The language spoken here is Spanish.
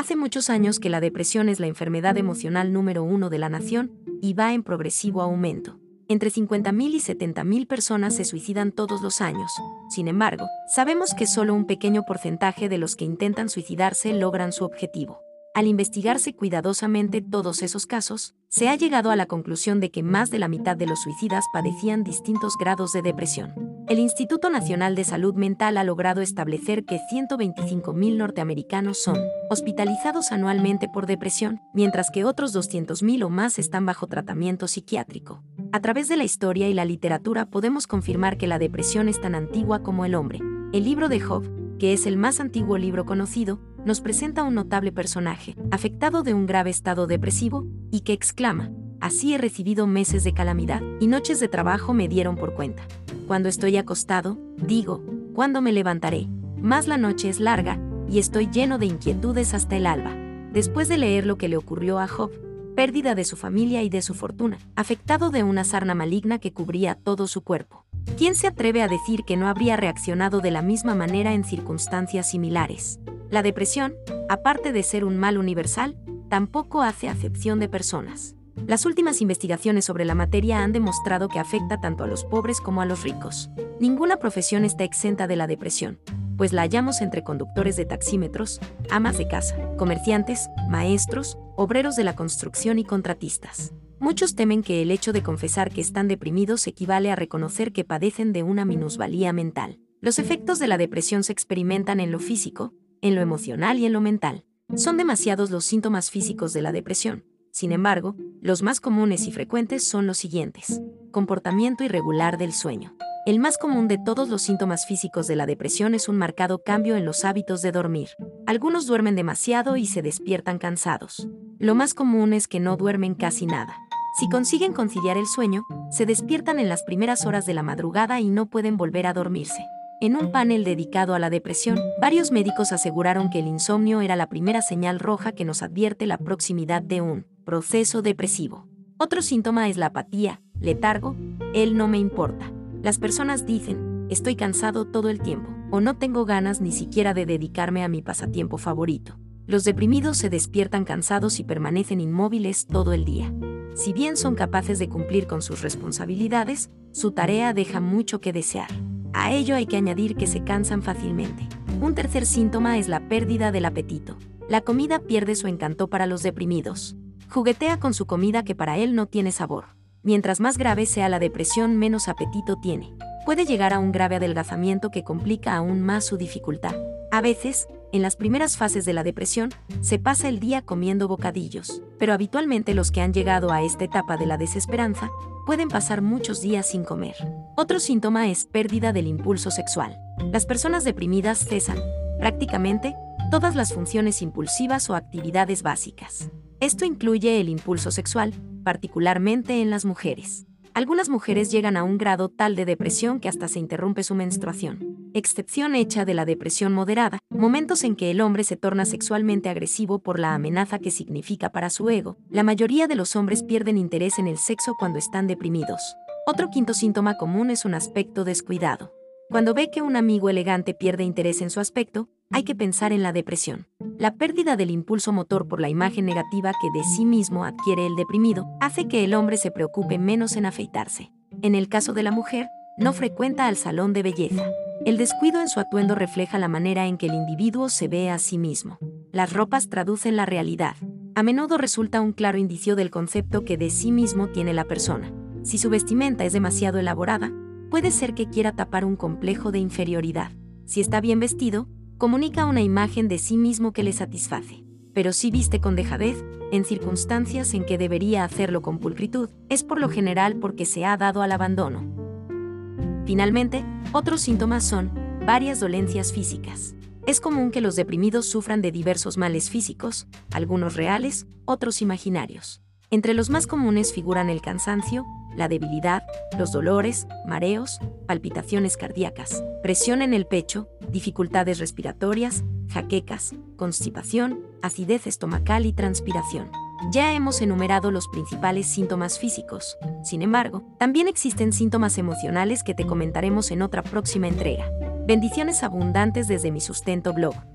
Hace muchos años que la depresión es la enfermedad emocional número 1 de la nación y va en progresivo aumento. Entre 50.000 y 70.000 personas se suicidan todos los años. Sin embargo, sabemos que solo un pequeño porcentaje de los que intentan suicidarse logran su objetivo. Al investigarse cuidadosamente todos esos casos, se ha llegado a la conclusión de que más de la mitad de los suicidas padecían distintos grados de depresión. El Instituto Nacional de Salud Mental ha logrado establecer que 125.000 norteamericanos son hospitalizados anualmente por depresión, mientras que otros 200.000 o más están bajo tratamiento psiquiátrico. A través de la historia y la literatura podemos confirmar que la depresión es tan antigua como el hombre. El libro de Job, que es el más antiguo libro conocido, nos presenta un notable personaje, afectado de un grave estado depresivo, y que exclama: «Así he recibido meses de calamidad, y noches de trabajo me dieron por cuenta. Cuando estoy acostado, digo, ¿cuándo me levantaré? Mas la noche es larga, y estoy lleno de inquietudes hasta el alba». Después de leer lo que le ocurrió a Job, pérdida de su familia y de su fortuna, afectado de una sarna maligna que cubría todo su cuerpo, ¿quién se atreve a decir que no habría reaccionado de la misma manera en circunstancias similares? La depresión, aparte de ser un mal universal, tampoco hace acepción de personas. Las últimas investigaciones sobre la materia han demostrado que afecta tanto a los pobres como a los ricos. Ninguna profesión está exenta de la depresión, pues la hallamos entre conductores de taxímetros, amas de casa, comerciantes, maestros, obreros de la construcción y contratistas. Muchos temen que el hecho de confesar que están deprimidos equivale a reconocer que padecen de una minusvalía mental. Los efectos de la depresión se experimentan en lo físico, en lo emocional y en lo mental. Son demasiados los síntomas físicos de la depresión. Sin embargo, los más comunes y frecuentes son los siguientes: comportamiento irregular del sueño. El más común de todos los síntomas físicos de la depresión es un marcado cambio en los hábitos de dormir. Algunos duermen demasiado y se despiertan cansados. Lo más común es que no duermen casi nada. Si consiguen conciliar el sueño, se despiertan en las primeras horas de la madrugada y no pueden volver a dormirse. En un panel dedicado a la depresión, varios médicos aseguraron que el insomnio era la primera señal roja que nos advierte la proximidad de un proceso depresivo. Otro síntoma es la apatía, letargo, el no me importa. Las personas dicen, estoy cansado todo el tiempo, o no tengo ganas ni siquiera de dedicarme a mi pasatiempo favorito. Los deprimidos se despiertan cansados y permanecen inmóviles todo el día. Si bien son capaces de cumplir con sus responsabilidades, su tarea deja mucho que desear. A ello hay que añadir que se cansan fácilmente. Un tercer síntoma es la pérdida del apetito. La comida pierde su encanto para los deprimidos. Juguetea con su comida que para él no tiene sabor. Mientras más grave sea la depresión, menos apetito tiene. Puede llegar a un grave adelgazamiento que complica aún más su dificultad. A veces, en las primeras fases de la depresión, se pasa el día comiendo bocadillos, pero habitualmente los que han llegado a esta etapa de la desesperanza pueden pasar muchos días sin comer. Otro síntoma es pérdida del impulso sexual. Las personas deprimidas cesan, prácticamente, todas las funciones impulsivas o actividades básicas. Esto incluye el impulso sexual, particularmente en las mujeres. Algunas mujeres llegan a un grado tal de depresión que hasta se interrumpe su menstruación. Excepción hecha de la depresión moderada, momentos en que el hombre se torna sexualmente agresivo por la amenaza que significa para su ego. La mayoría de los hombres pierden interés en el sexo cuando están deprimidos. Otro quinto síntoma común es un aspecto descuidado. Cuando ve que un amigo elegante pierde interés en su aspecto, hay que pensar en la depresión. La pérdida del impulso motor por la imagen negativa que de sí mismo adquiere el deprimido hace que el hombre se preocupe menos en afeitarse. En el caso de la mujer, no frecuenta al salón de belleza. El descuido en su atuendo refleja la manera en que el individuo se ve a sí mismo. Las ropas traducen la realidad. A menudo resulta un claro indicio del concepto que de sí mismo tiene la persona. Si su vestimenta es demasiado elaborada, puede ser que quiera tapar un complejo de inferioridad. Si está bien vestido, comunica una imagen de sí mismo que le satisface. Pero si viste con dejadez, en circunstancias en que debería hacerlo con pulcritud, es por lo general porque se ha dado al abandono. Finalmente, otros síntomas son varias dolencias físicas. Es común que los deprimidos sufran de diversos males físicos, algunos reales, otros imaginarios. Entre los más comunes figuran el cansancio, la debilidad, los dolores, mareos, palpitaciones cardíacas, presión en el pecho, dificultades respiratorias, jaquecas, constipación, acidez estomacal y transpiración. Ya hemos enumerado los principales síntomas físicos. Sin embargo, también existen síntomas emocionales que te comentaremos en otra próxima entrega. Bendiciones abundantes desde Mi Sustento Blog.